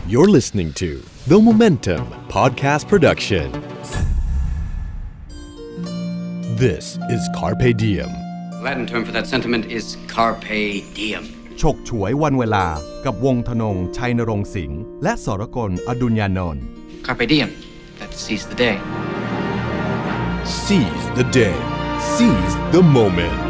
You're listening to The Momentum Podcast Production. This is Carpe Diem. Latin term for that sentiment is Carpe Diem. ฉกฉวยวันเวลากับวงธนงชัยนรงค์สิงห์และสรกลอดุลยานนท์ Carpe Diem. That's seize the day. Seize the day. Seize the moment.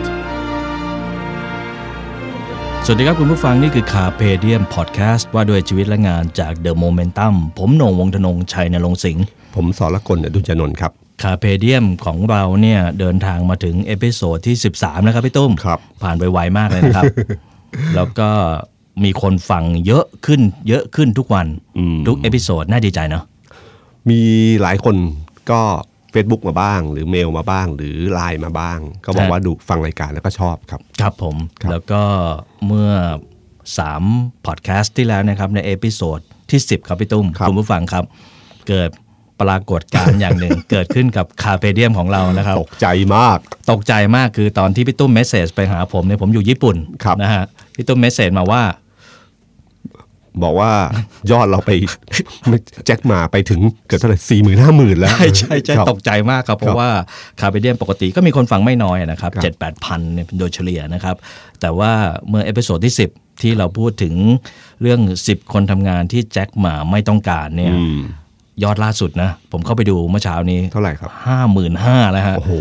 สวัสดีครับคุณผู้ฟังนี่คือ Carpe Diem Podcast ว่าด้วยชีวิตและงานจาก The Momentum ผมโหน่งวงธนงชัยนรงค์สิงห์ผมสรกลอดุลยานนท์ครับ Carpe Diem ของเราเนี่ยเดินทางมาถึงเอพิโซดที่13นะครับพี่ตุ้มครับผ่านไปไวมากเลยนะครับ แล้วก็มีคนฟังเยอะขึ้นทุกวันทุกเอพิโซดน่าดีใจเนาะมีหลายคนก็ Facebook มาบ้างหรือเมลมาบ้างหรือ LINE มาบ้างก็บอกว่าดูฟังรายการแล้วก็ชอบครับครับผมแล้วก็เมื่อ3พอดแคสต์ที่แล้วนะครับในเอพิโซดที่10ครับพี่ตุ้มคุณผู้ฟังครับเกิดปรากฏการณ์อย่างหนึ่ง เกิดขึ้นกับ Carpe Diem ของเรานะครับตกใจมากคือตอนที่พี่ตุ้มเมสเสจไปหาผมเนี่ยผมอยู่ญี่ปุ่นนะฮะพี่ตุ้มเมสเสจมาว่าบอกว่ายอดเราไป แจ็คมาไปถึงเกือบเท่าไหร่ 40,000-50,000 แล้วใช่ตกใจมากครับเพราะว่า Carpe Diem ปกติก็มีคนฟังไม่น้อยนะครับ 7-8,000 เนี่ยโดยเฉลี่ยนะครับแต่ว่าเมื่อเอพิโซดที่10ที่เราพูดถึงเรื่อง10คนทำงานที่แจ็คมาไม่ต้องการเนี่ยยอดล่าสุดนะผมเข้าไปดูเมื่อเช้านี้เท่าไหร่ครับ 55,000 แล้วฮะโอ้โห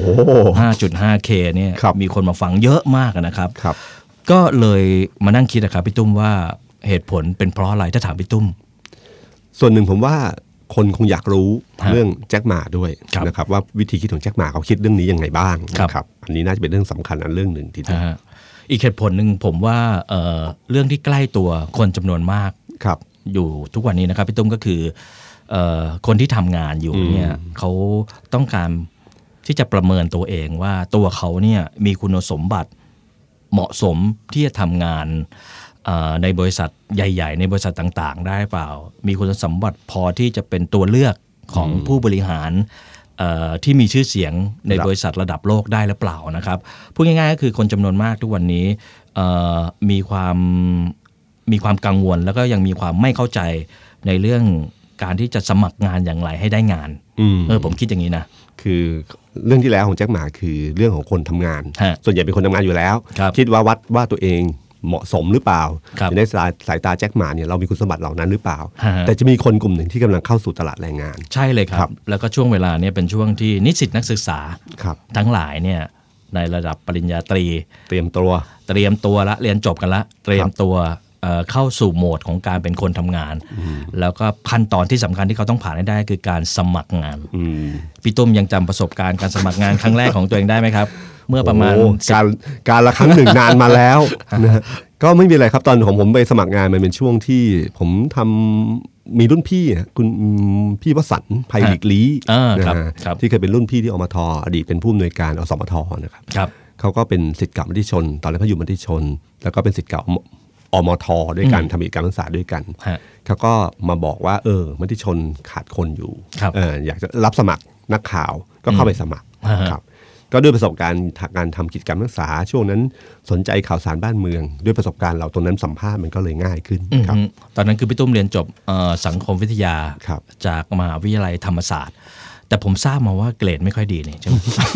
5.5K เนี่ยมีคนมาฟังเยอะมากนะครับครับก็เลยมานั่งคิดนะครับพี่ตุ้มว่าเหตุผลเป็นเพราะอะไรถ้าถามพี่ตุ้มส่วนหนึ่งผมว่าคนคงอยากรู้เรื่องแจ็คหม่าด้วยนะครับว่าวิธีคิดของแจ็คหม่าเขาคิดเรื่องนี้ยังไงบ้างนะครับอันนี้น่าจะเป็นเรื่องสำคัญอันเรื่องหนึ่งทีเดียวอีกเหตุผลหนึ่งผมว่าเรื่องที่ใกล้ตัวคนจำนวนมากอยู่ทุกวันนี้นะครับพี่ตุ้มก็คือคนที่ทำงานอยู่เนี่ยเขาต้องการที่จะประเมินตัวเองว่าตัวเขาเนี่ยมีคุณสมบัติเหมาะสมที่จะทำงานในบริษัทใหญ่ๆในบริษัทต่างๆได้เปล่ามีคุณสมบัติพอที่จะเป็นตัวเลือกของผู้บริหารที่มีชื่อเสียงในบริษัทระดับโลกได้หรือเปล่านะครับพูดง่ายๆก็คือคนจำนวนมากทุกวันนี้มีความกังวลแล้วก็ยังมีความไม่เข้าใจในเรื่องการที่จะสมัครงานอย่างไรให้ได้งานผมคิดอย่างนี้นะคือเรื่องที่แล้วของแจ็คหม่าคือเรื่องของคนทำงานส่วนใหญ่เป็นคนทำงานอยู่แล้วคิดว่าวัดว่าตัวเองเหมาะสมหรือเปล่าในสายตาแจ็คหม่าเนี่ยเรามีคุณสมบัติเหล่านั้นหรือเปล่าแต่จะมีคนกลุ่มหนึ่งที่กำลังเข้าสู่ตลาดแรงงานใช่เลยครับแล้วก็ช่วงเวลานี้เป็นช่วงที่นิสิตนักศึกษาทั้งหลายเนี่ยในระดับปริญญาตรีเตรียมตัวละเรียนจบกันละเตรียมตัวเข้าสู่โหมดของการเป็นคนทำงานแล้วก็ขั้นตอนที่สำคัญที่เขาต้องผ่านให้ได้คือการสมัครงานพี่ตุ้มยังจำประสบการณ์การสมัครงานครั้งแรกของตัวเองได้ไหมครับเมื่อประมาณการละครั้งหนึ่งนานมาแล้วนะก็ไม่มีอะไรครับตอนของผมไปสมัครงานมันเป็นช่วงที่ผมทำมีรุ่นพี่คุณพี่วสันต์ไพลิกลี้ที่เคยเป็นรุ่นพี่ที่อมท.อดีตเป็นผู้อำนวยการอสมท.นะครับเขาก็เป็นศิษย์เก่ามติชนตอนแรกเขาอยู่มติชนแล้วก็เป็นศิษย์เก่าอมท.ด้วยกันทำกิจการศึกษาด้วยกันเขาก็มาบอกว่ามติชนขาดคนอยู่อยากจะรับสมัครนักข่าวก็เข้าไปสมัครครับก็ด้วยประสบการณ์การทำกิจกรรมศึกษาช่วงนั้นสนใจข่าวสารบ้านเมืองด้วยประสบการณ์เราตรงนั้นสัมภาษณ์มันก็เลยง่ายขึ้นครับตอนนั้นคือพี่ตุ้มเรียนจบสังคมวิทยาจากมหาวิทยาลัยธรรมศาสตร์แต่ผมทราบมาว่าเกรดไม่ค่อยดีนี่ใช่ไหม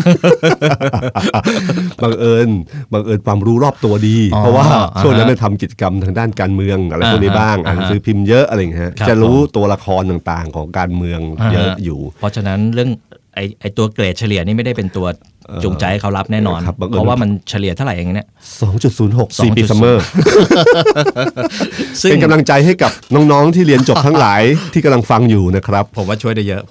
บังเอิญความรู้รอบตัวดีเพราะว่าช่วงนั้นได้ทำกิจกรรมทางด้านการเมืองอะไรพวกนี้บ้างอ่านหนังสือพิมพ์เยอะอะไรอย่างเงี้ยจะรู้ตัวละครต่างๆของการเมืองเยอะอยู่เพราะฉะนั้นเรื่องไอตัวเกรดเฉลี่ยนี่ไม่ได้เป็นตัวจูงใจให้เขารับแน่นอนเพราะว่ามันเฉลี่ยเท่าไหร่อย่างเงี้ย 2.06 4 ปีซัมเมอร์เป็นกำลังใจให้กับน้องๆที่เรียนจบทั้งหลายที่กำลังฟังอยู่นะครับผมว่าช่วยได้เยอะ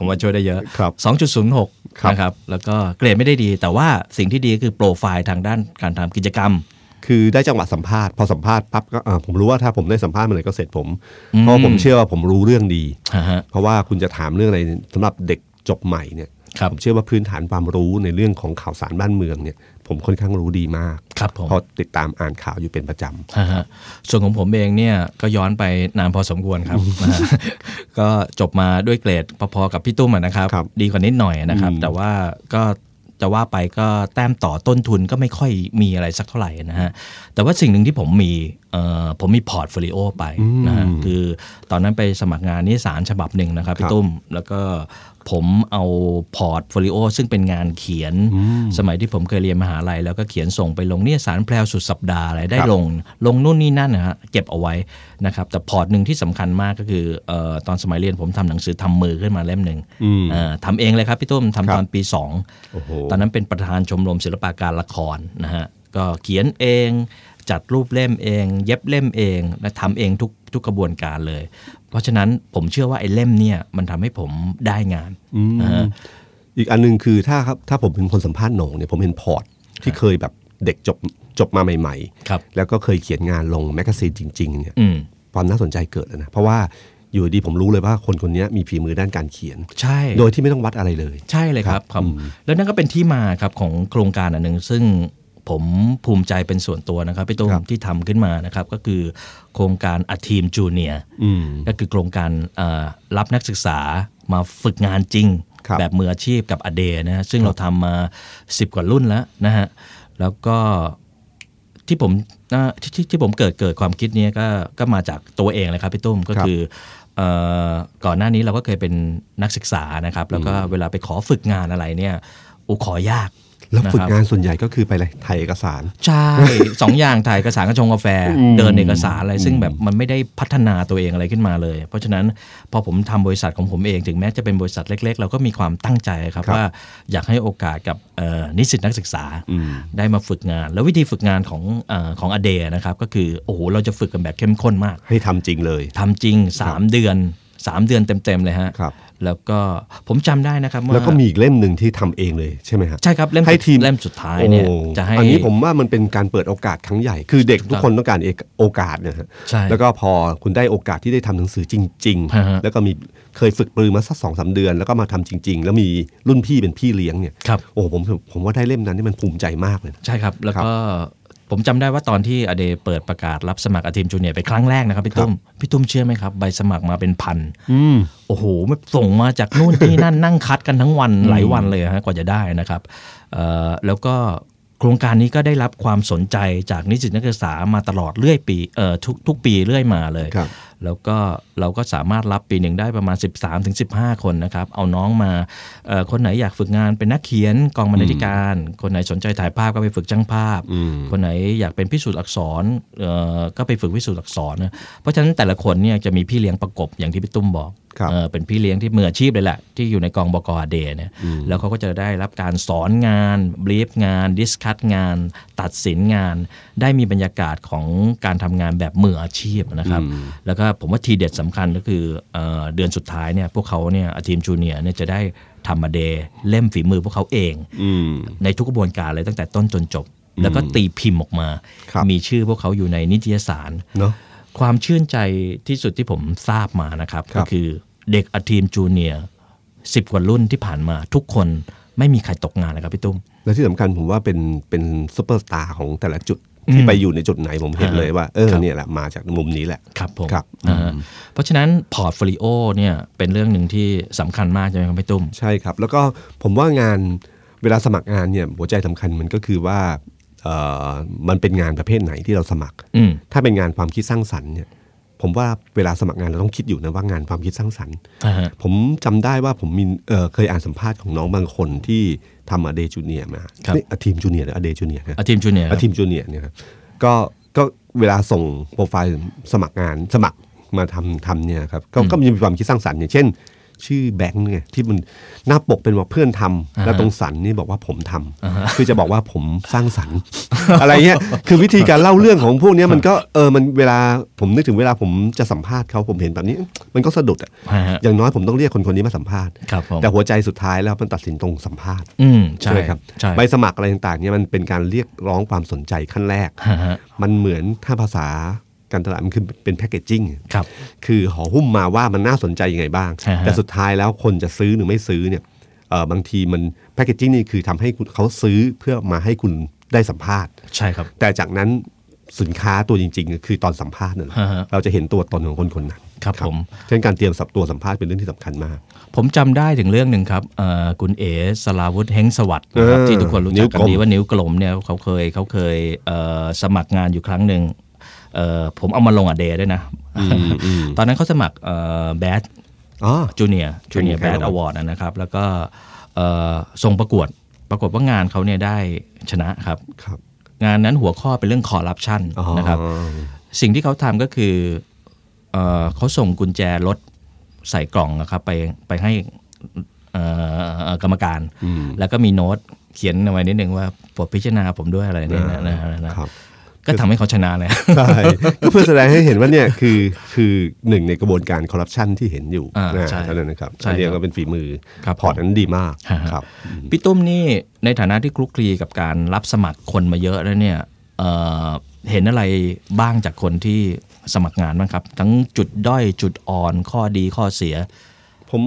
2.06 นะครับแล้วก็เกรดไม่ได้ดีแต่ว่าสิ่งที่ดีคือโปรไฟล์ทางด้านการทำกิจกรรมคือได้จังหวะสัมภาษณ์พอสัมภาษณ์ปั๊บก็ผมรู้ว่าถ้าผมได้สัมภาษณ์เมื่อไหร่ก็เสร็จผมเพราะผมเชื่อว่าผมรู้เรื่องดีเพราะว่าคุณจะถามเรื่องอะไรสำหรับเด็กจบใหม่เนี่ยผมเชื่อว่าพื้นฐานความรู้ในเรื่องของข่าวสารบ้านเมืองเนี่ยผมค่อนข้างรู้ดีมากเพราะติดตามอ่านข่าวอยู่เป็นประจำส่วนของผมเองเนี่ยก็ย้อนไปนานพอสมควรครับ ก็จบมาด้วยเกรดพอๆกับพี่ตุ้มนะครับดีกว่านิดหน่อยนะครับแต่ว่าก็จะว่าไปก็แต้มต่อต้นทุนก็ไม่ค่อยมีอะไรสักเท่าไหร่นะฮะแต่ว่าสิ่งหนึ่งที่ผมมีผมมีพอร์ตโฟลิโอไปนะฮะคือตอนนั้นไปสมัครงานนิตยสารฉบับหนึ่งนะครับพี่ตุ้มแล้วก็ผมเอาพอร์ตโฟลิโอซึ่งเป็นงานเขียนสมัยที่ผมเคยเรียนมหาลัยแล้วก็เขียนส่งไปลงนิตยสารแพรวสุดสัปดาห์อะไรได้ลงนู่นนี่นั่นนะฮะเก็บเอาไว้นะครับแต่พอร์ตหนึ่งที่สำคัญมากก็คือตอนสมัยเรียนผมทำหนังสือทำมือขึ้นมาเล่มหนึ่งทำเองเลยครับพี่ตุ้มทำตอนปี2ตอนนั้นเป็นประธานชมรมศิลปาการละครนะฮะก็เขียนเองจัดรูปเล่มเองเย็บเล่มเองและทำเองทุกกระบวนการเลยเพราะฉะนั้นผมเชื่อว่าไอ้เล่มเนี่ยมันทำให้ผมได้งานอีกอันนึงคือถ้าผมเป็นคนสัมภาษณ์โหน่งเนี่ยผมเห็นพอร์ตที่เคยแบบเด็กจบมาใหม่ๆแล้วก็เคยเขียนงานลงแมกกาซีนจริงๆเนี่ยความน่าสนใจเกิดแล้วนะเพราะว่าอยู่ดีผมรู้เลยว่าคนนี้มีฝีมือด้านการเขียนใช่โดยที่ไม่ต้องวัดอะไรเลยใช่เลยครับแล้วนั่นก็เป็นที่มาครับของโครงการอันนึงซึ่งผมภูมิใจเป็นส่วนตัวนะครับพี่ตุ้มที่ทำขึ้นมานะครับก็คือโครงการA Team Junior ก็คือโครงการรับนักศึกษามาฝึกงานจริงแบบมืออาชีพกับอเดนะฮะซึ่งเราทำมา10 กว่ารุ่นแล้วนะฮะแล้วก็ที่ผมเกิดความคิดนี้ก็มาจากตัวเองเลยครับพี่ตุ้มก็คือก่อนหน้านี้เราก็เคยเป็นนักศึกษานะครับแล้วก็เวลาไปขอฝึกงานอะไรเนี่ยขอยากแล้วฝึกงานส่วนใหญ่ก็คือไปอะไรถ่ายเอกสารใช่ 2 อย่างถ่ายเอกสารกับชงกาแฟเดินเอกสารอะไรซึ่งแบบมันไม่ได้พัฒนาตัวเองอะไรขึ้นมาเลยเพราะฉะนั้นพอผมทำบริษัทของผมเองถึงแม้จะเป็นบริษัทเล็กๆเราก็มีความตั้งใจครับว่าอยากให้โอกาสกับนิสิตนักศึกษาได้มาฝึกงานแล้ววิธีฝึกงานของอเดนะครับก็คือโอ้โหเราจะฝึกกันแบบเข้มข้นมากให้ทำจริงเลยทำจริง3 เดือนเต็มๆเลยฮะแล้วก็ผมจำได้นะครับแล้วก็มีอีกเล่มหนึ่งที่ทำเองเลยใช่ไหมครับใช่ครับเล่มสุดท้ายเนี่ยจะให้อันนี้ผมว่ามันเป็นการเปิดโอกาสครั้งใหญ่คือเด็กทุกคนต้องการโอกาสนะฮะแล้วก็พอคุณได้โอกาสที่ได้ทำหนังสือจริงๆแล้วก็มีเคยฝึกปรือมาสัก 2-3 เดือนแล้วก็มาทำจริงๆแล้วมีรุ่นพี่เป็นพี่เลี้ยงเนี่ยโอ้ผมว่าได้เล่มนั้นนี่มันภูมิใจมากเลยใช่ครับแล้วก็ผมจำได้ว่าตอนที่อเดเปิดประกาศรับสมัครA Team Juniorไปครั้งแรกนะครับพี่ตุ้มเชื่อไหมครับใบสมัครมาเป็นพันโอ้โหไม่ส่งมาจากนู่นที่นั่นนั่งคัดกันทั้งวันหลายวันเลยฮะกว่าจะได้นะครับแล้วก็โครงการนี้ก็ได้รับความสนใจจากนิสิตนักศึกษามาตลอดเรื่อยปีทุกปีเรื่อยมาเลยแล้วก็เราก็สามารถรับปีหนึ่งได้ประมาณ 13-15 คนนะครับเอาน้องมาคนไหนอยากฝึกงานเป็นนักเขียนกองบรรณาธิการคนไหนสนใจถ่ายภาพก็ไปฝึกช่างภาพคนไหนอยากเป็นพิสูจน์อักษรก็ไปฝึกพิสูจน์อักษรนะเพราะฉะนั้นแต่ละคนเนี่ยจะมีพี่เลี้ยงประกบอย่างที่พี่ตุ้มบอกเป็นพี่เลี้ยงที่มืออาชีพเลยแหละที่อยู่ในกองบก.อเดเนี่ยแล้วเขาก็จะได้รับการสอนงานบรีฟงานดิสคัสงานตัดสินงานได้มีบรรยากาศของการทำงานแบบมืออาชีพนะครับแล้วก็ผมว่าทีเด็ดสำคัญก็คือเดือนสุดท้ายเนี่ยพวกเขาเนี่ยทีมจูเนียร์เนี่ยจะได้ทำมาเดย์เล่มฝีมือพวกเขาเองในทุกกระบวนการเลยตั้งแต่ต้นจนจบแล้วก็ตีพิมพ์ออกมามีชื่อพวกเขาอยู่ในนิตยสารความชื่นใจที่สุดที่ผมทราบมานะครับก็คือเด็กทีมจูเนียร์10 กว่ารุ่นที่ผ่านมาทุกคนไม่มีใครตกงานนะครับพี่ตุ้มและที่สำคัญผมว่าเป็นซุปเปอร์สตาร์ของแต่ละจุดที่ไปอยู่ในจุดไหนผมเห็นเลยว่าเนี่ยแหละมาจากมุมนี้แหละครับผมเพราะฉะนั้นพอร์ตโฟลิโอเนี่ยเป็นเรื่องหนึ่งที่สำคัญมากใช่ไหมครับพี่ตุ้มใช่ครับแล้วก็ผมว่างานเวลาสมัครงานเนี่ยหัวใจสำคัญมันก็คือว่ามันเป็นงานประเภทไหนที่เราสมัครถ้าเป็นงานความคิดสร้างสรรค์เนี่ยผมว่าเวลาสมัครงานเราต้องคิดอยู่นะว่างานความคิดสร้างสรรค์ผมจำได้ว่าผมมีเคยอ่านสัมภาษณ์ของน้องบางคนที่ทำอเดจูเนียมาA Team Junior หรืออเดจูเนีย A Team Junior A Team Junior เนี่ยก็เวลาส่งโปรไฟล์สมัครมาทำเนี่ยครับก็มีความคิดสร้างสรรค์อย่างเช่นชื่อแบงค์เนี่ยที่มันหน้าปกเป็นว่าเพื่อนทำแล้วตรงสันนี่บอกว่าผมทำคือจะบอกว่าผมสร้างสรรค์ อะไรเงี้ยคือวิธีการเล่าเรื่องของพวกนี้มันก็มันเวลาผมนึกถึงเวลาผมจะสัมภาษณ์เขาผมเห็นแบบนี้มันก็สะดุดอย่างน้อยผมต้องเรียกคนนี้มาสัมภาษณ์แต่หัวใจสุดท้ายแล้วมันตัดสินตรงสัมภาษณ์ใช่ไหมครับใบสมัครอะไรต่างๆเนี่ยมันเป็นการเรียกร้องความสนใจขั้นแรกมันเหมือนถ้าภาษาการตลาดมันคือเป็นแพคเกจจิ้งคือห่อหุ้มมาว่ามันน่าสนใจยังไงบ้างแต่สุดท้ายแล้วคนจะซื้อหรือไม่ซื้อเนี่ยบางทีมันแพคเกจจิ้งนี่คือทำให้เขาซื้อเพื่อมาให้คุณได้สัมภาษณ์ใช่ครับแต่จากนั้นสินค้าตัวจริงๆคือตอนสัมภาษณ์นั่นเราจะเห็นตัวตนของคนนั้นครับผมเช่นการเตรียมตัวสัมภาษณ์เป็นเรื่องที่สำคัญมากผมจำได้ถึงเรื่องหนึ่งครับคุณเอ๋สราวุธเฮงสวัสดิ์นะครับที่ทุกคนรู้จักกันดีว่านิ้วกลมเนี่ยเขาเคยสมัครงานอยู่ครั้งหนึ่งผมเอามาลงเดย์ด้วยนะตอนนั้นเขาสมัครแบดจูเนียร์แบดอวอร์ดนะครับแล้วก็ส่งประกวดว่างานเขาเนี่ยได้ชนะครับงานนั้นหัวข้อเป็นเรื่องคอร์รัปชันนะครับสิ่งที่เขาทำก็คือเขาส่งกุญแจรถใส่กล่องนะครับไปให้กรรมการแล้วก็มีโน้ตเขียนเอาไว้นิดนึงว่าโปรดพิจารณาผมด้วยอะไรเนี่ยนะก็ทำให้เขาชนะเลยใช่ก็เพื่อแสดงให้เห็นว่าเนี่ยคือหนึ่งในกระบวนการคอร์รัปชันที่เห็นอยู่เท่านั้นนะครับอันนี้ก็เป็นฝีมือพอร์ตนั้นดีมากครับพี่ตุ้มนี่ในฐานะที่คลุกคลีกับการรับสมัครคนมาเยอะแล้วเนี่ยเห็นอะไรบ้างจากคนที่สมัครงานบ้างครับทั้งจุดด้อยจุดอ่อนข้อดีข้อเสียผม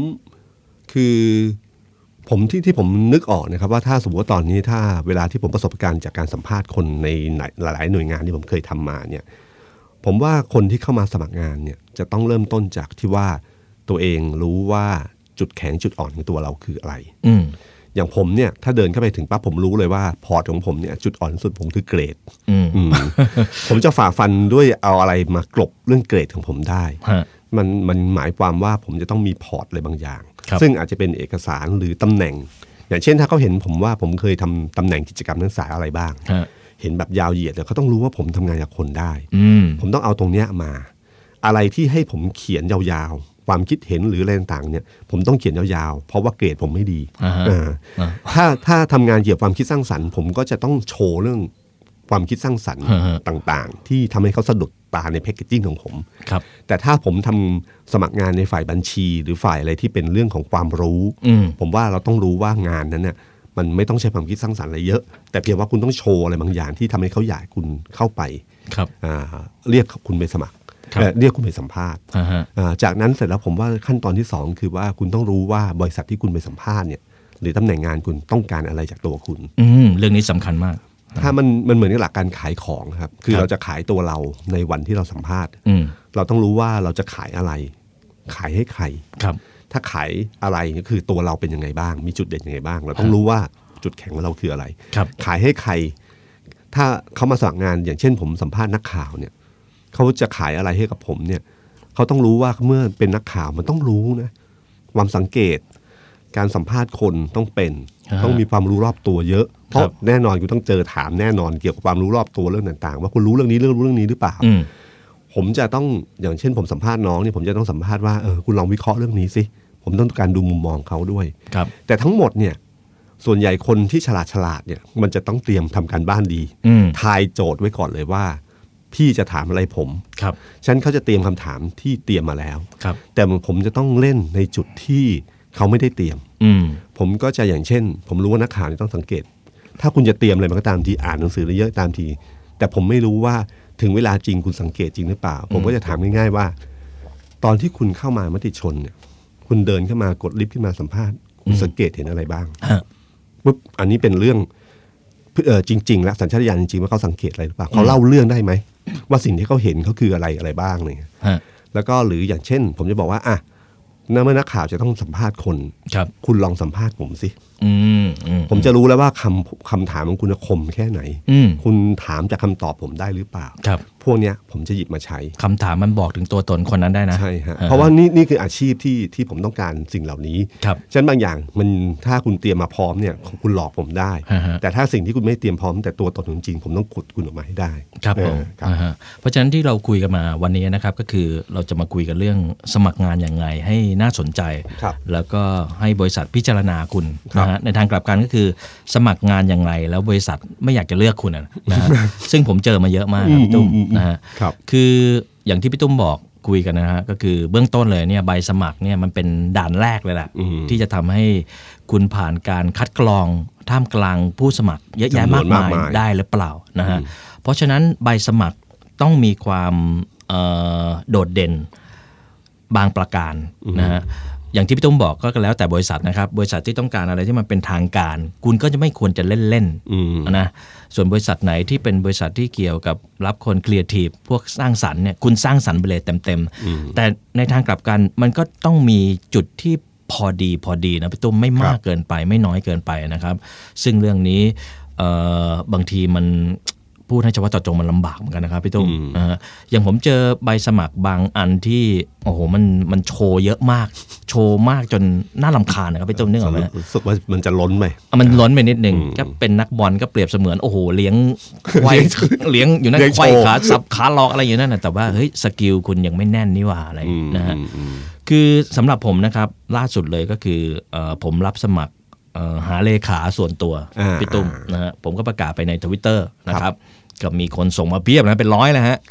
ที่ผมนึกออกนะครับว่าถ้าสมมติว่าตอนนี้ถ้าเวลาที่ผมประสบการณ์จากการสัมภาษณ์คนในหลายๆหน่วยงานที่ผมเคยทำมาเนี่ยผมว่าคนที่เข้ามาสมัครงานเนี่ยจะต้องเริ่มต้นจากที่ว่าตัวเองรู้ว่าจุดแข็งจุดอ่อนของตัวเราคืออะไรอย่างผมเนี่ยถ้าเดินเข้าไปถึงปั๊บผมรู้เลยว่าพอร์ตของผมเนี่ยจุดอ่อนสุดผมคือเกรดผมจะฝ่าฟันด้วยเอาอะไรมากลบเรื่องเกรดของผมได้มันหมายความว่าผมจะต้องมีพอร์ตอะไรบางอย่างซึ่งอาจจะเป็นเอกสารหรือตำแหน่งอย่างเช่นถ้าเขาเห็นผมว่าผมเคยทำตำแหน่งกิจกรรมนักศึกษาอะไรบ้างเห็นแบบยาวเหยียดแล้วเขาต้องรู้ว่าผมทำงานกับคนได้ผมต้องเอาตรงเนี้ยมาอะไรที่ให้ผมเขียนยาวๆความคิดเห็นหรืออะไรต่างๆเนี่ยผมต้องเขียนยาวๆเพราะว่าเกรดผมไม่ดีถ้าทำงานเกี่ยวกับความคิดสร้างสรรค์ผมก็จะต้องโชว์เรื่องความคิดสร้างสรรค์ต่างๆที่ทำให้เขาสะดุดตาในแพคเกจจิ้งของผมแต่ถ้าผมทำสมัครงานในฝ่ายบัญชีหรือฝ่ายอะไรที่เป็นเรื่องของความรู้ผมว่าเราต้องรู้ว่างานนั้นเนี่ยมันไม่ต้องใช้ความคิดสร้างสรรค์อะไรเยอะแต่เพียงว่าคุณต้องโชว์อะไรบางอย่างที่ทำให้เขาอยากคุณเข้าไปเรียกคุณไปสมัครเรียกคุณไปสัมภาษณ์จากนั้นเสร็จแล้วผมว่าขั้นตอนที่2คือว่าคุณต้องรู้ว่าบริษัทที่คุณไปสัมภาษณ์เนี่ยหรือตำแหน่งงานคุณต้องการอะไรจากตัวคุณเรื่องนี้สำคัญมากถ้ามันเหมือนกับหลักการขายของครับคือเราจะขายตัวเราในวันที่เราสัมภาษณ์เราต้องรู้ว่าเราจะขายอะไรขายให้ใครถ้าขายอะไรก็คือตัวเราเป็นยังไงบ้างมีจุดเด่นยังไงบ้างเราต้องรู้ว่าจุดแข็งของเราคืออะไรขายให้ใครถ้าเขามาสมัครงานอย่างเช่นผมสัมภาษณ์นักข่าวเนี่ยเขาจะขายอะไรให้กับผมเนี่ยเขาต้องรู้ว่าเมื่อเป็นนักข่าวมันต้องรู้นะความสังเกตการสัมภาษณ์คนต้องมีความรู้รอบตัวเยอะเพราะแน่นอนคุณต้องเจอถามแน่นอนเกี่ยวกับความรู้รอบตัวเรื่องต่างๆว่าคุณรู้เรื่องนี้เรื่องนี้หรือเปล่าผมจะต้องอย่างเช่นผมสัมภาษณ์น้องเนี่ยผมจะต้องสัมภาษณ์ว่าคุณลองวิเคราะห์เรื่องนี้สิผมต้องการดูมุมมองเขาด้วยแต่ทั้งหมดเนี่ยส่วนใหญ่คนที่ฉลาดเนี่ยมันจะต้องเตรียมทำการบ้านดีทายโจทย์ไว้ก่อนเลยว่าพี่จะถามอะไรผมฉันเขาจะเตรียมคำถามที่เตรียมมาแล้วแต่ผมจะต้องเล่นในจุดที่เขาไม่ได้เตรียมผมก็จะอย่างเช่นผมรู้ว่านักข่าวต้องสังเกตถ้าคุณจะเตรียมอะไรมันก็ตามทีอ่านหนังสือเยอะตามทีแต่ผมไม่รู้ว่าถึงเวลาจริงคุณสังเกตจริงหรือเปล่าผมก็จะถามง่ายๆว่าตอนที่คุณเข้ามามติชนเนี่ยคุณเดินเข้ามากดลิฟต์ขึ้นมาสัมภาษณ์คุณสังเกตเห็นอะไรบ้างปุ๊บอันนี้เป็นเรื่องจริงๆแล้วสัญชาตญาณจริงๆว่าเขาสังเกตอะไรหรือเปล่าเขาเล่าเรื่องได้ไหมว่าสิ่งที่เขาเห็นเขาคืออะไรบ้างเนี่ยแล้วก็หรืออย่างเช่นผมจะบอกว่าเมื่อนักข่าวจะต้องสัมภาษณ์คนคุณลองสัมภาษณ์ผมสิผมจะรู้แล้วว่าคำถามของคุณคมแค่ไหนคุณถามจากคำตอบผมได้หรือเปล่าพวกเนี้ยผมจะหยิบมาใช้คำถามมันบอกถึงตัวตนคนนั้นได้นะใช่ฮะเพราะว่านี่คืออาชีพที่ผมต้องการสิ่งเหล่านี้ฉะนั้นบางอย่างมันถ้าคุณเตรียมมาพร้อมเนี่ยคุณหลอกผมได้แต่ถ้าสิ่งที่คุณไม่เตรียมพร้อมแต่ตัวตนจริงผมต้องขุดคุณออกมาให้ได้ครับผมเพราะฉะนั้นที่เราคุยกันมาวันนี้นะครับก็คือเราจะมาคุยกันเรื่องสมัครงานอย่างไรให้น่าสนใจแล้วก็ให้บริษัทพิจารณาคุณนะฮะในทางกลับกันก็คือสมัครงานอย่างไรแล้วบริษัทไม่อยากจะเลือกคุณนะฮะซึ่งผมเจอมาเยอะมากพี่ตุ้มนะฮะคืออย่างที่พี่ตุ้มบอกคุยกันนะฮะก็คือเบื้องต้นเลยเนี่ยใบสมัครเนี่ยมันเป็นด่านแรกเลยแหละที่จะทำให้คุณผ่านการคัดกรองท่ามกลางผู้สมัครเยอะแยะมากมายได้หรือเปล่านะฮะเพราะฉะนั้นใบสมัครต้องมีความโดดเด่นบางประการนะฮะอย่างที่พี่ตุ้มบอกก็แล้วแต่บริษัทนะครับบริษัทที่ต้องการอะไรที่มันเป็นทางการคุณก็จะไม่ควรจะเล่นๆนะส่วนบริษัทไหนที่เป็นบริษัทที่เกี่ยวกับรับคนครีเอทีฟพวกสร้างสรรค์เนี่ยคุณสร้างสรรค์ไปเลยเต็มๆแต่ในทางกลับกันมันก็ต้องมีจุดที่พอดีนะพี่ตุ้มไม่มากเกินไปไม่น้อยเกินไปนะครับซึ่งเรื่องนี้บางทีมันพูดให้เฉพาะเจาะจงมันลำบากเหมือนกันนะครับพี่ตุ้มอย่างผมเจอใบสมัครบางอันที่โอ้โหมันโชว์เยอะมากโชว์มากจนน่ารำคาญนะครับพี่ตุ้มนึกออกไหมรู้สึกว่ามันจะล้นไปมันล้นไปนิดนึงก็เป็นนักบอลก็เปรียบเสมือนโอ้โหเลี้ยงควายเลี้ยงอยู่นั่นควายขาสับขาล็อกอะไรอยู่นั่นนะแต่ว่าเฮ้ยสกิลคุณยังไม่แน่นนี่หว่าอะไรนะฮะคือสำหรับผมนะครับล่าสุดเลยก็คือผมรับสมัครหาเลขาส่วนตัวพี่ตุ้มนะฮะผมก็ประกาศไปใน Twitter นะครับก็มีคนส่งมาเพียบนะเป็นร้อยแล้วฮะ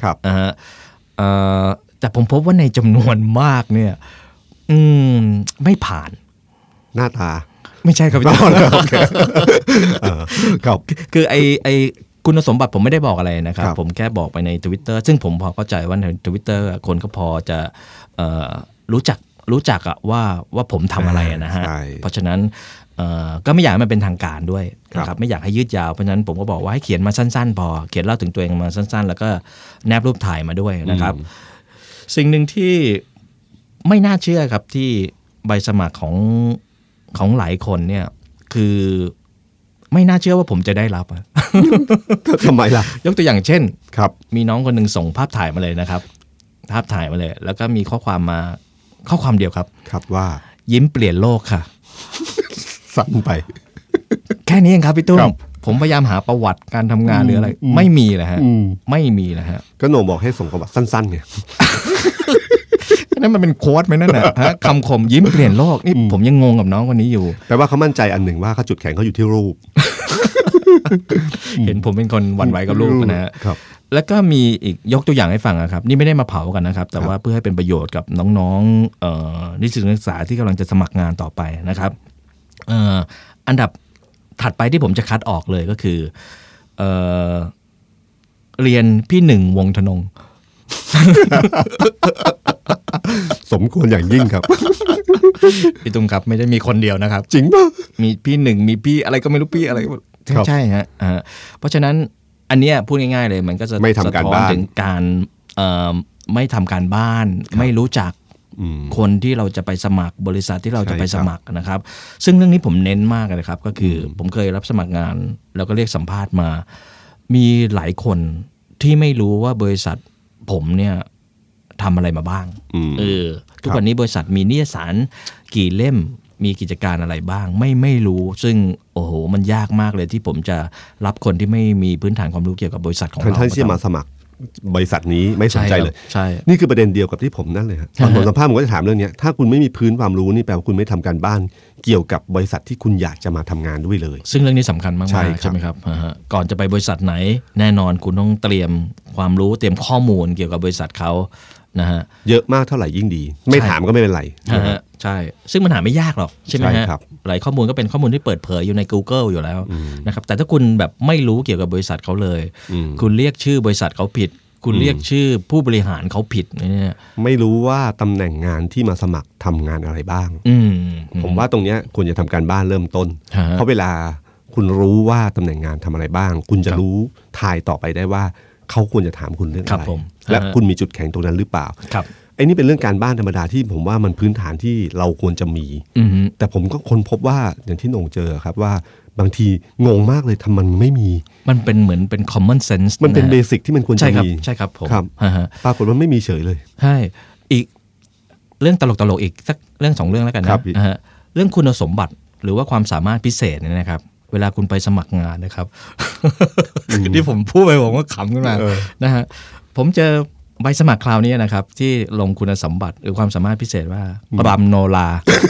แต่ผมพบว่าในจำนวนมากเนี่ยไม่ผ่านหน้าตาไม่ใช่ครับพี่ตุ้มครับคือไอคุณสมบัติผมไม่ได้บอกอะไรนะครับผมแค่บอกไปใน Twitter ซึ่งผมพอเข้าใจว่าใน Twitter คนก็พอจะรู้จักอะว่าผมทำอะไรนะฮะเพราะฉะนั้นก็ไม่อยากให้มันเป็นทางการด้วยนะครับไม่อยากให้ยืดยาวเพราะฉะนั้นผมก็บอกว่าให้เขียนมาสั้นๆพอเขียนเล่าถึงตัวเองมาสั้นๆแล้วก็แนบรูปถ่ายมาด้วยนะครับสิ่งหนึ่งที่ไม่น่าเชื่อครับที่ใบสมัครของหลายคนเนี่ยคือไม่น่าเชื่อว่าผมจะได้รับทำไมล่ะยกตัวอย่างเช่นครับมีน้องคนหนึ่งส่งภาพถ่ายมาเลยนะครับภาพถ่ายมาเลยแล้วก็มีข้อความเดียวครับว่ายิ้มเปลี่ยนโลกค่ะสั่นไปแค่นี้เองครับพี่ตุ้มผมพยายามหาประวัติการทำงานหรืออะไรไม่มีเลยฮะไม่มีเลยฮะก็โหน่งบอกให้ส่งประวัติสั้นๆไงนั่นมันเป็นโค้ดไหมนั่นนะฮะคำคมยิ้มเปลี่ยนโลกนี่ผมยังงงกับน้องคนนี้อยู่แต่ว่าเขามั่นใจอันหนึ่งว่าเขาจุดแข็งเขาอยู่ที่รูปเห็นผมเป็นคนหวั่นไหวกับรูปนะฮะแล้วก็มีอีกยกตัวอย่างให้ฟังครับนี่ไม่ได้มาเผากันนะครับแต่ว่าเพื่อให้เป็นประโยชน์กับน้องๆนิสิตนักศึกษาที่กำลังจะสมัครงานต่อไปนะครับอันดับถัดไปที่ผมจะคัดออกเลยก็คือเรียนพี่หนึ่งวงธนงสมควรอย่างยิ่งครับพี่ตุ้มครับไม่ได้มีคนเดียวนะครับจริงป่ะมีพี่หนึ่งมีพี่อะไรก็ไม่รู้พี่อะไรใช่ฮะเพราะฉะนั้นอันเนี้ยพูดง่ายๆเลยมันก็จะสะท้อนถึงการไม่ทำการบ้านไม่รู้จักคนที่เราจะไปสมัครบริษัทที่เราจะไปสมัครนะครับซึ่งเรื่องนี้ผมเน้นมากเลยครับก็คือผมเคยรับสมัครงานแล้วก็เรียกสัมภาษณ์มามีหลายคนที่ไม่รู้ว่าบริษัทผมเนี่ยทำอะไรมาบ้างทุกวันนี้บริษัทมีนิตยสารกี่เล่มมีกิจการอะไรบ้างไม่รู้ซึ่งโอ้โหมันยากมากเลยที่ผมจะรับคนที่ไม่มีพื้นฐานความรู้เกี่ยวกับบริษัทของเราท่านที่มาสมัครบริษัทนี้ไม่สนใจเลยใช่นี่คือประเด็นเดียวกับที่ผมนั่นเลยครับตอนผมสัมภาษณ์ผมก็จะถามเรื่องนี้ถ้าคุณไม่มีพื้นความรู้นี่แปลว่าคุณไม่ทำการบ้านเกี่ยวกับบริษัทที่คุณอยากจะมาทำงานด้วยเลยซึ่งเรื่องนี้สำคัญมากๆใช่ไหมครับก่อนจะไปบริษัทไหนแน่นอนคุณต้องเตรียมความรู้เตรียมข้อมูลเกี่ยวกับบริษัทเขานะฮะเยอะมากเท่าไหร่ยิ่งดีไม่ถามก็ไม่เป็นไรใช่ซึ่งมันหาไม่ยากหรอกใช่ไหมฮะหลายข้อมูลก็เป็นข้อมูลที่เปิดเผยอยู่ใน Google อยู่แล้วนะครับแต่ถ้าคุณแบบไม่รู้เกี่ยวกับบริษัทเขาเลยคุณเรียกชื่อบริษัทเขาผิดคุณเรียกชื่อผู้บริหารเขาผิดเนี่ยไม่รู้ว่าตำแหน่งงานที่มาสมัครทำงานอะไรบ้างผมว่าตรงนี้ควรจะทำการบ้านเริ่มต้นเพราะเวลาคุณรู้ว่าตำแหน่งงานทำอะไรบ้างคุณจะรู้ทายต่อไปได้ว่าเขาควรจะถามคุณเรื่องอะไรและคุณมีจุดแข็งตรงนั้นหรือเปล่าไอ้นี่เป็นเรื่องการบ้านธรรมดาที่ผมว่ามันพื้นฐานที่เราควรจะมีแต่ผมก็ค้นพบว่าอย่างที่โหน่งเจอครับว่าบางทีงงมากเลยทำมันไม่มีมันเป็นเหมือนเป็น common sense มันเป็นเบสิกที่มันควรจะมีใช่ครับผมปรากฏว่าไม่มีเฉยเลยใช่อีกเรื่องตลกๆอีกสักเรื่อง2เรื่องแล้วกันนะเรื่องคุณสมบัติหรือว่าความสามารถพิเศษเนี่ยนะครับเวลาคุณไปสมัครงานนะครับ ที่ผมพูดไปผมก็ขำขึ้นมานะฮะผมเจอใบสมัครคราวนี้นะครับที่ลงคุณสมบัติหรือความสามารถพิเศษว่ารำโนรา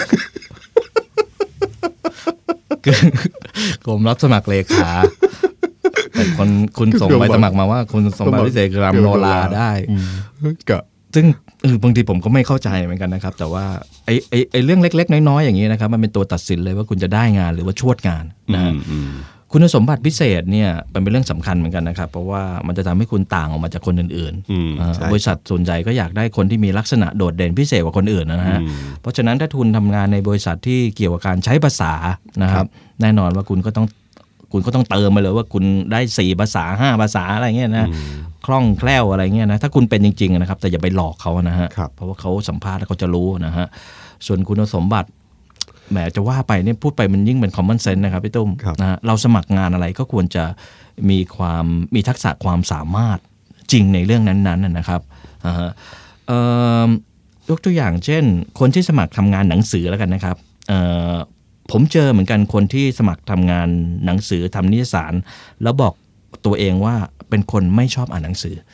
ผมรับสมัครเลขาแต่คุณส่งใบสมัครมาว่าคุณสมบัติพิเศษคือรำโนราได้ซึ่งบางทีผมก็ไม่เข้าใจเหมือนกันนะครับแต่ว่าไอ้เรื่องเล็กๆน้อยๆอย่างนี้นะครับมันเป็นตัวตัดสินเลยว่าคุณจะได้งานหรือว่าชวดงานนะคุณสมบัติพิเศษเนี่ยเป็นเรื่องสำคัญเหมือนกันนะครับเพราะว่ามันจะทำให้คุณต่างออกมาจากคนอื่นๆบริษัทส่วนใหญ่ก็อยากได้คนที่มีลักษณะโดดเด่นพิเศษกว่าคนอื่นนะฮะเพราะฉะนั้นถ้าคุณทำงานในบริษัทที่เกี่ยวกับการใช้ภาษานะครับแน่นอนว่าคุณก็ต้องเติมมาเลยว่าคุณได้4ภาษา5ภาษาอะไรเงี้ยนะคล่องแคล่วอะไรเงี้ยนะถ้าคุณเป็นจริงๆนะครับแต่อย่าไปหลอกเขานะฮะเพราะว่าเขาสัมภาษณ์แล้วเขาจะรู้นะฮะส่วนคุณสมบัติแหมจะว่าไปเนี่ยพูดไปมันยิ่งเป็น common sense นะครับพี่ตุ้มนะฮะเราสมัครงานอะไรก็ควรจะมีทักษะความสามารถจริงในเรื่องนั้นๆนะครับยกตัวอย่างเช่นคนที่สมัครทำงานหนังสือแล้วกันนะครับผมเจอเหมือนกันคนที่สมัครทำงานหนังสือทำนิตยสารแล้วบอกตัวเองว่าเป็นคนไม่ชอบอ่านหนังสือ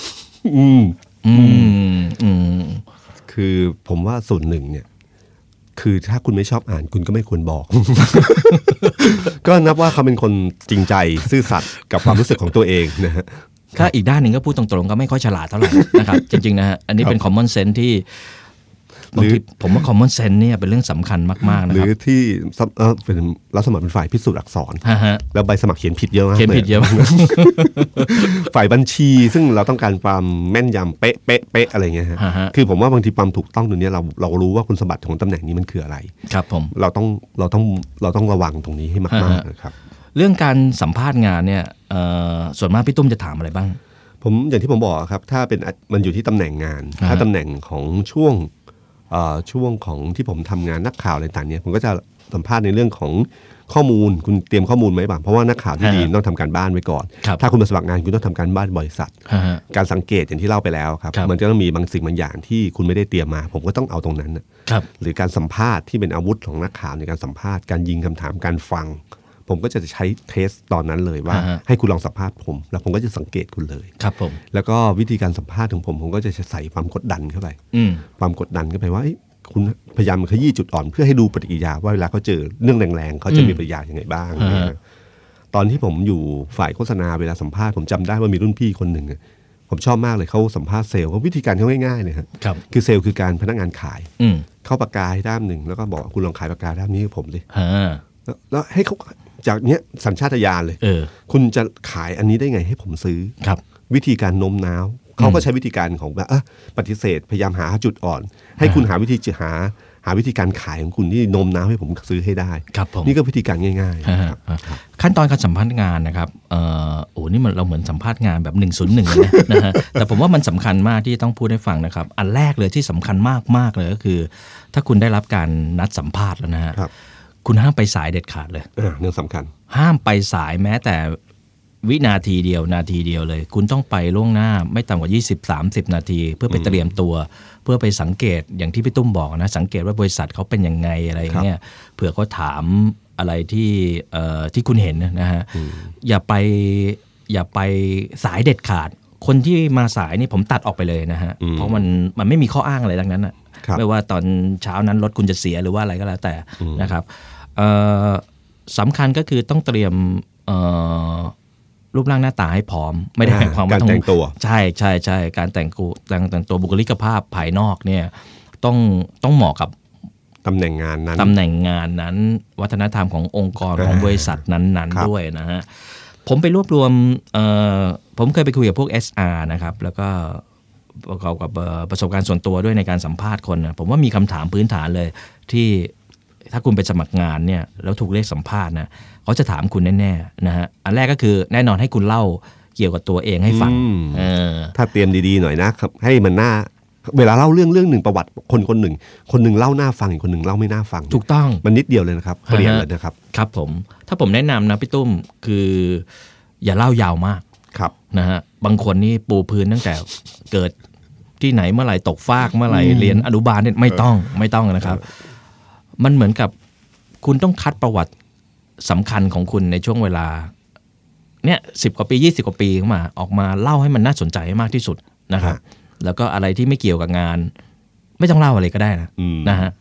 คือผมว่าส่วนหนึ่งเนี่ยคือถ้าคุณไม่ชอบอ่านคุณก็ไม่ควรบอก ก็นับว่าเขาเป็นคนจริงใจซื่อสัตย์กับความรู้สึกของตัวเองนะฮะถ้าอีกด้านหนึ่งก็พูดตรงๆก็ไม่ค่อยฉลาดเท่าไหร่นะครับจริงๆนะฮะอันนี้เป็น common sense ที่บางทีผมว่า common sense เนี่ยเป็นเรื่องสำคัญมากๆนะครับหรือที่เป็นรับสมัครเป็นฝ่ายพิสูจน์อักษรแล้วใบสมัครเขียนผิดเยอะมากเขียนผิดเยอะฝ่ายบัญชีซึ่งเราต้องการความแม่นยำเป๊ะเป๊ะเป๊ะอะไรเงี้ยฮะคือผมว่าบางทีความถูกต้องตรงนี้เรารู้ว่าคุณสมบัติของตำแหน่งนี้มันคืออะไรครับผมเราต้องระวังตรงนี้ให้มากๆนะครับเรื่องการสัมภาษณ์งานเนี่ยส่วนมากพี่ตุ้มจะถามอะไรบ้างผมอย่างที่ผมบอกครับถ้าเป็นมันอยู่ที่ตำแหน่งงานถ้าตำแหน่งของช่วงของที่ผมทำงานนักข่าวอะไรต่างๆเนี่ยผมก็จะสัมภาษณ์ในเรื่องของข้อมูลคุณเตรียมข้อมูลไหมบ้างเพราะว่านักข่าวที่ดีต้องทำการบ้านไว้ก่อนถ้าคุณมาสมัครงานคุณต้องทำการบ้านบริษัทการสังเกตอย่างที่เล่าไปแล้วครับมันจะต้องมีบางสิ่งบางอย่างที่คุณไม่ได้เตรียมมาผมก็ต้องเอาตรงนั้นหรือการสัมภาษณ์ที่เป็นอาวุธของนักข่าวในการสัมภาษณ์การยิงคำถามการฟังผมก็จะใช้เทสตอนนั้นเลยว่าให้คุณลองสัมภาษณ์ผมแล้วผมก็จะสังเกตคุณเลยครับผมแล้วก็วิธีการสัมภาษณ์ของผมก็จะใส่ความกดดันเข้าไปความกดดันเข้าไปว่าคุณพยายามขยี้จุดอ่อนเพื่อให้ดูปฏิกิริยาว่าเวลาเขาเจอเรื่องแรงๆเขาจะมีปฏิกิริยาอย่างไรบ้างตอนที่ผมอยู่ฝ่ายโฆษณาเวลาสัมภาษณ์ผมจำได้ว่ามีรุ่นพี่คนหนึ่งผมชอบมากเลยเขาสัมภาษณ์เซลล์เขาวิธีการเขาง่ายๆเลยครับคือเซลล์คือการพนักงานขายเข้าปากกาให้ด้ามหนึ่งแล้วก็บอกคุณลองขายปากกาด้ามนี้ให้ผมดิแล้วให้เขาจากเนี้ยสัญชาตญาณเลยคุณจะขายอันนี้ได้ไงให้ผมซื้อวิธีการโน้มน้าวเขาก็ใช้วิธีการของแบบปฏิเสธพยายามหาจุดอ่อนให้คุณหาวิธีหาวิธีการขายของคุณที่โน้มน้าวให้ผมซื้อให้ได้นี่ก็วิธีการง่ายๆขั้นตอนการสัมภาษณ์งานนะครับนี่เราเหมือนสัมภาษณ์งานแบบ101เลยนะฮะแต่ผมว่ามันสำคัญมากที่ต้องพูดให้ฟังนะครับอันแรกเลยที่สำคัญมากๆเลยก็คือถ้าคุณได้รับการนัดสัมภาษณ์แล้วนะฮะคุณห้ามไปสายเด็ดขาดเลยเรื่องสำคัญห้ามไปสายแม้แต่วินาทีเดียวเลยคุณต้องไปล่วงหน้าไม่ต่ำกว่า 20-30 นาทีเพื่อไปเตรียมตัวเพื่อไปสังเกตอย่างที่พี่ตุ้มบอกนะสังเกตว่าบริษัทเขาเป็นยังไงอะไรเงี้ยเผื่อเขาถามอะไรที่คุณเห็นนะฮะอย่าไปสายเด็ดขาดคนที่มาสายนี่ผมตัดออกไปเลยนะฮะเพราะมันไม่มีข้ออ้างอะไรดังนั้นอ่ะไม่ว่าตอนเช้านั้นรถคุณจะเสียหรือว่าอะไรก็แล้วแต่นะครับสำคัญก็คือต้องเตรียมรูปร่างหน้าตาให้พร้อมไม่ได้หมายความว่าการแต่งตัวใช่การแต่งตัวบุคลิกภาพภายนอกเนี่ยต้องเหมาะกับตำแหน่งงานนั้นวัฒนธรรมขององค์กรของบริษัทนั้นๆด้วยนะฮะผมไปรวบรวมผมเคยไปคุยกับพวก SR นะครับแล้วก็ประกอบกับประสบการณ์ส่วนตัวด้วยในการสัมภาษณ์คนผมว่ามีคำถามพื้นฐานเลยที่ถ้าคุณไปสมัครงานเนี่ยแล้วถูกเรียกสัมภาษณ์นะเขาจะถามคุณแน่ๆนะฮะอันแรกก็คือแน่นอนให้คุณเล่าเกี่ยวกับตัวเองให้ฟังถ้าเตรียมดีๆหน่อยนะครับให้มันน่าเวลาเล่าเรื่องหนึ่งประวัติคนหนึ่งเล่าหน้าฟังอีกคนหนึ่งเล่าไม่น่าฟังถูกต้องมันนิดเดียวเลยนะครับเปลี่ยนเลยนะครับครับผมถ้าผมแนะนำนะพี่ตุ้มคืออย่าเล่ายาวมากครับนะฮะบางคนนี่ปูพื้นตั้งแต่เกิดที่ไหนเมื่อไหร่ตกฟากเมื่อไหร่เรียนอนุบาลเนี่ยไม่ต้องนะครับมันเหมือนกับคุณต้องคัดประวัติสำคัญของคุณในช่วงเวลาเนี่ย10 กว่าปี20 กว่าปีออกมาเล่าให้มันน่าสนใจมากที่สุดนะครับแล้วก็อะไรที่ไม่เกี่ยวกับงานไม่ต้องเล่าอะไรก็ได้นะฮะ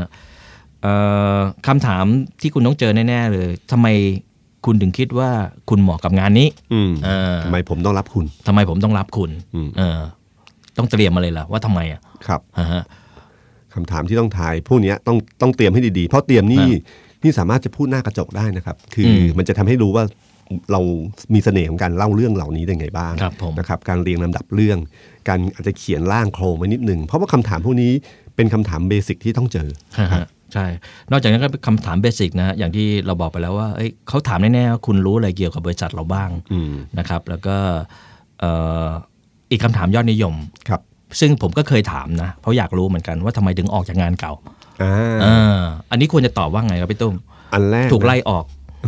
คำถามที่คุณต้องเจอแน่ๆเลยทำไมคุณถึงคิดว่าคุณเหมาะกับงานนี้ทำไมผมต้องรับคุณต้องเตรียมมาเลยล่ะว่าทำไมครับคำถามที่ต้องทายพวกนี้ต้องเตรียมให้ดีๆเพราะเตรียมนี่สามารถจะพูดหน้ากระจกได้นะครับคือมันจะทำให้รู้ว่าเรามีเสน่ห์ของการเล่าเรื่องเหล่านี้ได้ไงบ้างนะครับการเรียงลำดับเรื่องการอาจจะเขียนร่างโครงไว้นิดนึงเพราะว่าคำถามพวกนี้เป็นคำถามเบสิกที่ต้องเจอใช่นอกจากนั้นก็เป็นคำถามเบสิกนะอย่างที่เราบอกไปแล้วว่าเขาถามแน่ๆว่าคุณรู้อะไรเกี่ยวกับบริษัทเราบ้างนะครับแล้วก็อีกคำถามยอดนิยมซึ่งผมก็เคยถามนะเพราะอยากรู้เหมือนกันว่าทำไมถึงออกจากงานเก่าอันนี้ควรจะตอบว่าไงครับพี่ตุ้มอันแรกถูกไล่ออก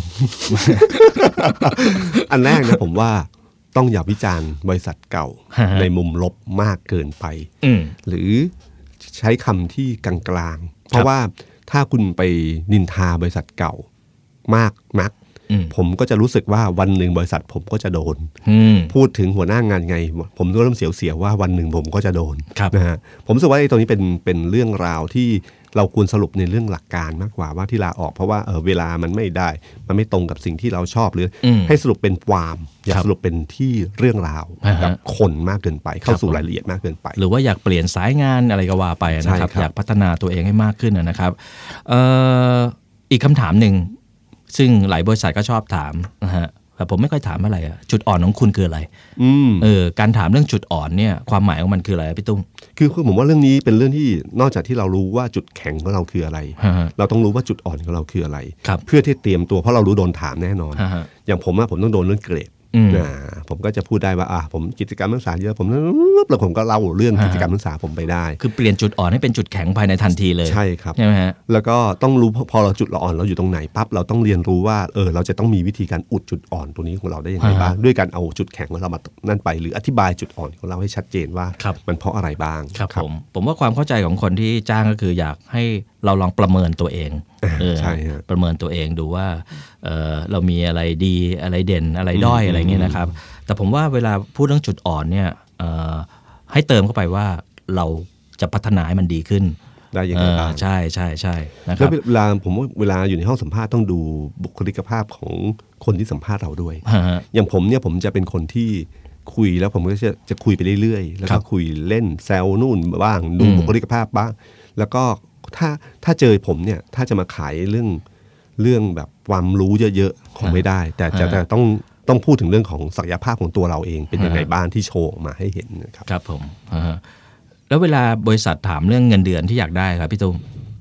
อันแรกนะผมว่าต้องอย่าวิจารณ์บริษัทเก่า ในมุมลบมากเกินไปหรือใช้คำที่กลางๆเพราะว่าถ้าคุณไปนินทาบริษัทเก่ามากนักผมก็จะรู้สึกว่าวันหนึ่งบริษัทผมก็จะโดนพูดถึงหัวหน้างานไงผมก็เริ่มเสียวๆว่าวันหนึ่งผมก็จะโดนนะฮะผมรู้สึกว่าไอ้ตรงนี้เป็นเรื่องราวที่เราควรสรุปในเรื่องหลักการมากกว่าว่าที่ลาออกเพราะว่าเวลามันไม่ได้มันไม่ตรงกับสิ่งที่เราชอบหรือให้สรุปเป็นความอย่าสรุปเป็นที่เรื่องราวกับคนมากเกินไปเข้าสู่รายละเอียดมากเกินไปหรือว่าอยากเปลี่ยนสายงานอะไรก็ว่าไปนะครับอยากพัฒนาตัวเองให้มากขึ้นนะครับอีกคำถามหนึ่งซึ่งหลายบริษัทก็ชอบถามนะฮะแต่ผมไม่ค่อยถามอะไรจุดอ่อนของคุณคืออะไรการถามเรื่องจุดอ่อนเนี่ยความหมายของมันคืออะไรพี่ตุ้มคือผมว่าเรื่องนี้เป็นเรื่องที่นอกจากที่เรารู้ว่าจุดแข็งของเราคืออะไรเราต้องรู้ว่าจุดอ่อนของเราคืออะไรเพื่อที่เตรียมตัวเพราะเรารู้โดนถามแน่นอนอย่างผมต้องโดนเรื่องเกรดผมก็จะพูดได้ว่าผมกิจกรรมนักศึกษาเยอะแล้วผมก็เล่าเรื่องกิจกรรมนักศึกษาผมไปได้คือเปลี่ยนจุดอ่อนให้เป็นจุดแข็งภายในทันทีเลยใช่ครับใช่ไหมฮะแล้วก็ต้องรู้พอเราจุดอ่อนเราอยู่ตรงไหนปั๊บเราต้องเรียนรู้ว่าเราจะต้องมีวิธีการอุดจุดอ่อนตัวนี้ของเราได้ยังไงบ้างด้วยการเอาจุดแข็งของเรามานั่นไปหรืออธิบายจุดอ่อนของเราให้ชัดเจนว่ามันเพราะอะไรบ้างครับผมว่าความเข้าใจของคนที่จ้างก็คืออยากให้เราลองประเมินตัวเองใช่ประเมินตัวเองดูว่าเรามีอะไรดีอะไรเด่นอะไรด้อยอะไรเงี้ยนะครับแต่ผมว่าเวลาพูดเรื่องจุดอ่อนเนี่ยให้เติมเข้าไปว่าเราจะพัฒนาให้มันดีขึ้นได้ยังไงบ้างใช่ใช่ใช่นะครับแล้วเวลาผมว่าเวลาอยู่ในห้องสัมภาษณ์ต้องดูบุคลิกภาพของคนที่สัมภาษณ์เราด้วยอย่างผมเนี่ยผมจะเป็นคนที่คุยแล้วผมก็จะคุยไปเรื่อยๆแล้วก็คุยเล่นแซวนู่นบ้างดูบุคลิกภาพบ้างแล้วก็ถ้าเจอผมเนี่ยถ้าจะมาขายเรื่องแบบความรู้เยอะๆคงไม่ได้แต่จะต้องพูดถึงเรื่องของศักยภาพของตัวเราเองเป็นยังไงบ้างที่โชว์ออกมาให้เห็นนะครับครับผมแล้วเวลาบริษัทถามเรื่องเงินเดือนที่อยากได้ครับพี่ตุ้ม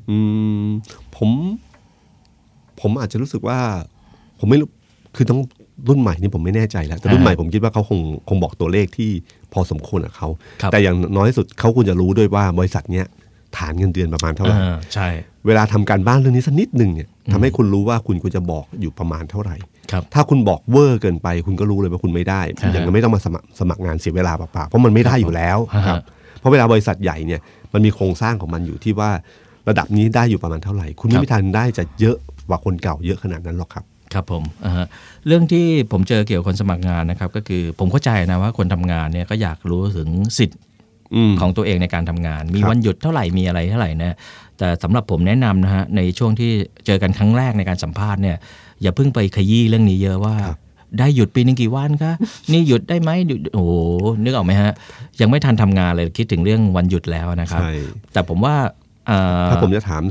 ผมอาจจะรู้สึกว่าผมไม่รู้คือต้องรุ่นใหม่นี่ผมไม่แน่ใจแล้วแต่รุ่นใหม่ผมคิดว่าเขาคงบอกตัวเลขที่พอสมควรกับเขาแต่อย่างน้อยที่สุดเขาควรจะรู้ด้วยว่าบริษัทเนี้ยฐานเงินเดือนประมาณเท่าไหร่ใช่เวลาทำการบ้านเรื่องนี้สักนิดนึงเนี่ยทำให้คุณรู้ว่าคุณควรจะบอกอยู่ประมาณเท่าไหร่ถ้าคุณบอกเวอร์เกินไปคุณก็รู้เลยว่าคุณไม่ได้อย่างนั้นไม่ต้องมาสมัครงานเสียเวลาเปล่าๆเพราะมันไม่ได้อยู่แล้วครับเพราะเวลาบริษัทใหญ่เนี่ยมันมีโครงสร้างของมันอยู่ที่ว่าระดับนี้ได้อยู่ประมาณเท่าไหร่คุณไม่มีทางได้จะเยอะกว่าคนเก่าเยอะขนาดนั้นหรอกครับครับผมเรื่องที่ผมเจอเกี่ยวกับคนสมัครงานนะครับก็คือผมเข้าใจนะว่าคนทำงานเนี่ยก็อยากรู้ถึงสิทธิ์ของตัวเองในการทำงานมีวันหยุดเท่าไหร่มีอะไรเท่าไหร่นะแต่สำหรับผมแนะนำนะฮะในช่วงที่เจอกันครั้งแรกในการสัมภาษณ์เนี่ยอย่าเพิ่งไปขยี้เรื่องนี้เยอะว่าได้หยุดปีนึงกี่วันคะนี่หยุดได้ไหมโอ้โหนึกออกไหมฮะยังไม่ทันทำงานเลยคิดถึงเรื่องวันหยุดแล้วนะครับแต่ผมว่าถ้าผมจะถาม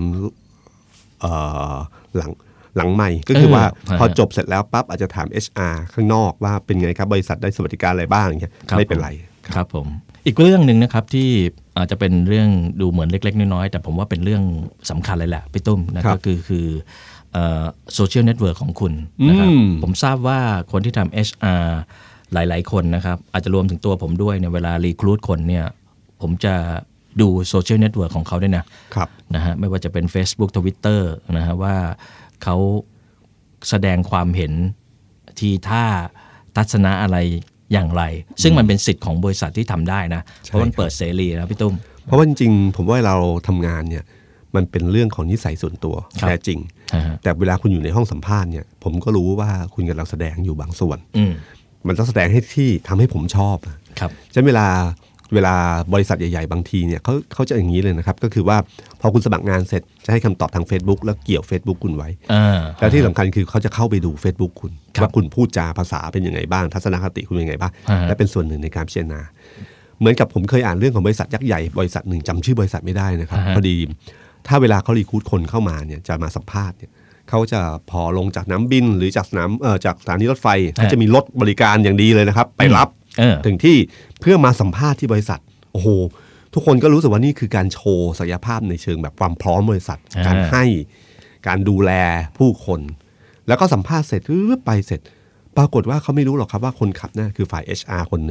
หลังใหม่ก็คือว่าพอจบเสร็จแล้วปั๊บอาจจะถาม HR ข้างนอกว่าเป็นไงครับบริษัทได้สวัสดิการอะไรบ้างอย่างเงี้ยไม่เป็นไรครับผมอีกเรื่องนึงนะครับที่อาจจะเป็นเรื่องดูเหมือนเล็กๆน้อยๆแต่ผมว่าเป็นเรื่องสำคัญเลยแหละพี่ตุ้มนะก็คือโซเชียลเน็ตเวิร์กของคุณนะครับผมทราบว่าคนที่ทำ HR หลายๆคนนะครับอาจจะรวมถึงตัวผมด้วยเนี่ยเวลารีครูทคนเนี่ยผมจะดูโซเชียลเน็ตเวิร์กของเขาด้วยนะฮะไม่ว่าจะเป็น Facebook Twitter นะฮะว่าเขาแสดงความเห็นทีท่าทัศนะอะไรอย่างไรซึ่งมันเป็นสิทธิ์ของบริษัทที่ทำได้นะเพราะมันเปิดเสรีนะพี่ตุ้มเพราะว่าจริงๆผมว่าเราทำงานเนี่ยมันเป็นเรื่องของนิสัยส่วนตัวแท้จริงแต่เวลาคุณอยู่ในห้องสัมภาษณ์เนี่ยผมก็รู้ว่าคุณกำลังแสดงอยู่บางส่วนมันต้องแสดงให้ที่ทำให้ผมชอบฉะนั้นเวลาบริษัทใหญ่ๆบางทีเนี่ยเขาจะอย่างนี้เลยนะครับก็คือว่าพอคุณสมัครงานเสร็จจะให้คำตอบทาง Facebook แล้วเกี่ยว Facebook คุณไว้แล้วที่สำคัญคือเขาจะเข้าไปดู Facebook คุณว่าคุณพูดจาภาษาเป็นยังไงบ้างทัศนคติคุณเป็นยังไงบ้างและเป็นส่วนหนึ่งในการพิจารณาเหมือนกับผมเคยอ่านเรื่องของบริษัทยักษ์ใหญ่บริษัทหนึ่งจำชื่อบริษัทไม่ได้นะครับพอดีถ้าเวลาเขารีครูทคนเข้ามาเนี่ยจะมาสัมภาษณ์เนี่ยเขาจะพอลงจากน้ำบินหรือจากสถานีรถไฟเขาจะมีรถบริการอย่างดีเลยนะครับไปรับถึงที่เพื่อมาสัมภาษณ์ที่บริษัทโอ้โหทุกคนก็รู้สึกว่านี่คือการโชว์ศักยภาพในเชิงแบบความพร้อมบริษัทการให้การดูแลผู้คนแล้วก็สัมภาษณ์เสร็จไปเสร็จปรากฏว่าเขาไม่รู้หรอกครับว่าคนขับน่ะคือฝ่าย HR คนหนึ่ง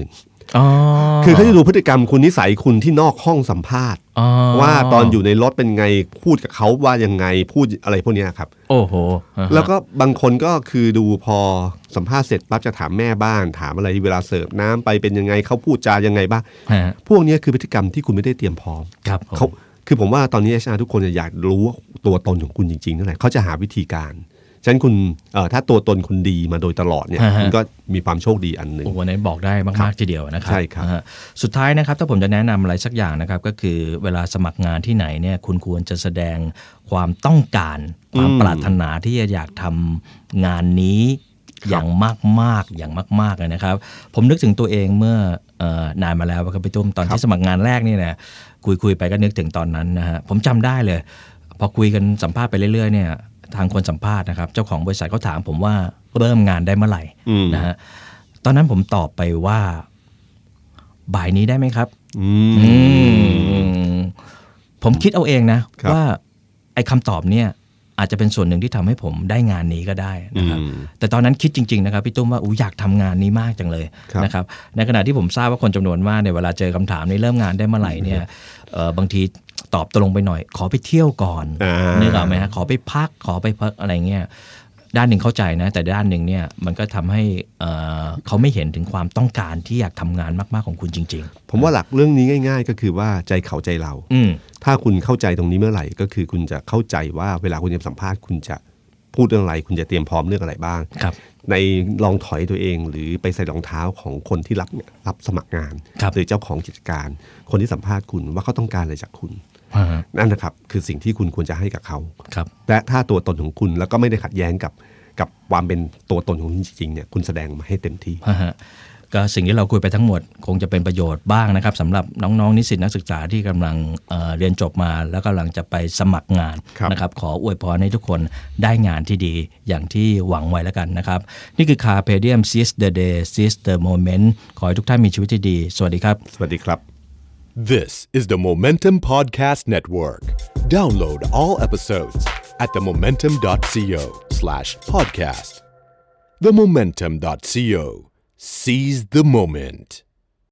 คือเขาจะดูพฤติกรรมคุณนิสัยคุณที่นอกห้องสัมภาษณ์ว่าตอนอยู่ในรถเป็นไงพูดกับเขาว่ายังไงพูดอะไรพวกนี้ครับโอ้โหแล้วก็บางคนก็คือดูพอสัมภาษณ์เสร็จปั๊บจะถามแม่บ้านถามอะไรเวลาเสิร์ฟน้ำไปเป็นยังไงเขาพูดจายังไงบ้างพวกนี้คือพฤติกรรมที่คุณไม่ได้เตรียมพร้อมเขาคือผมว่าตอนนี้ HR ทุกคนอยากรู้ตัวตนของคุณจริงๆนั่นแหละเขาจะหาวิธีการฉะนั้นคุณถ้าตัวตนคุณดีมาโดยตลอดเนี่ยคุณก็มีความโชคดีอันหนึ่งวันนี้บอกได้มากๆทีเดียวนะครับใช่ครับสุดท้ายนะครับถ้าผมจะแนะนำอะไรสักอย่างนะครับก็คือเวลาสมัครงานที่ไหนเนี่ยคุณควรจะแสดงความต้องการความปรารถนาที่จะอยากทำงานนี้อย่างมากๆอย่างมากๆเลยนะครับผมนึกถึงตัวเองเมื่อนานมาแล้วครับพี่ตุ้มตอนที่สมัครงานแรกนี่นะคุยไปก็นึกถึงตอนนั้นนะฮะผมจำได้เลยพอคุยกันสัมภาษณ์ไปเรื่อยๆเนี่ยทางคนสัมภาษณ์นะครับเจ้าของบริษัทเขาถามผมว่าเริ่มงานได้เมื่อไหร่นะฮะตอนนั้นผมตอบไปว่าบ่ายนี้ได้ไหมครับผมคิดเอาเองนะว่าไอ้คำตอบเนี่ยอาจจะเป็นส่วนหนึ่งที่ทำให้ผมได้งานนี้ก็ได้นะครับแต่ตอนนั้นคิดจริงๆนะครับพี่ตุ้มว่าอยากทำงานนี้มากจังเลยนะครับในขณะที่ผมทราบว่าคนจำนวนมากเนี่ยเวลาเจอคำถามนี้เริ่มงานได้เมื่อไหร่เนี่ยบางทีตอบตรงไปหน่อยขอไปเที่ยวก่อนนึกออกไหมฮะขอไปพักอะไรเงี้ยด้านหนึ่งเข้าใจนะแต่ด้านหนึ่งเนี่ยมันก็ทำให้เขาไม่เห็นถึงความต้องการที่อยากทำงานมากๆของคุณจริงๆผมว่าหลักเรื่องนี้ง่ายๆก็คือว่าใจเขาใจเราถ้าคุณเข้าใจตรงนี้เมื่อไหร่ก็คือคุณจะเข้าใจว่าเวลาคุณจะสัมภาษณ์คุณจะพูดเรื่องอะไรคุณจะเตรียมพร้อมเรื่องอะไรบ้างในลองถอยตัวเองหรือไปใส่รองเท้าของคนที่รับสมัครงานหรือเจ้าของกิจการคนที่สัมภาษณ์คุณว่าเขาต้องการอะไรจากคุณนั่นนะครับคือสิ่งที่คุณควรจะให้กับเขาและถ้าตัวตนของคุณแล้วก็ไม่ได้ขัดแย้งกับความเป็นตัวตนของคุณจริงๆเนี่ยคุณแสดงมาให้เต็มที่ก็สิ่งที่เราคุยไปทั้งหมดคงจะเป็นประโยชน์บ้างนะครับสำหรับน้องๆนิสิตนักศึกษาที่กำลังเรียนจบมาแล้วกำลังจะไปสมัครงานนะครับขออวยพรให้ทุกคนได้งานที่ดีอย่างที่หวังไว้แล้วกันนะครับนี่คือ Carpe Diem Seize the Day Seize the Moment ขอให้ทุกท่านมีชีวิตที่ดีสวัสดีครับสวัสดีครับ This is the Momentum Podcast Network. Download all episodes at themomentum.co/podcast. Themomentum.co. Seize the moment.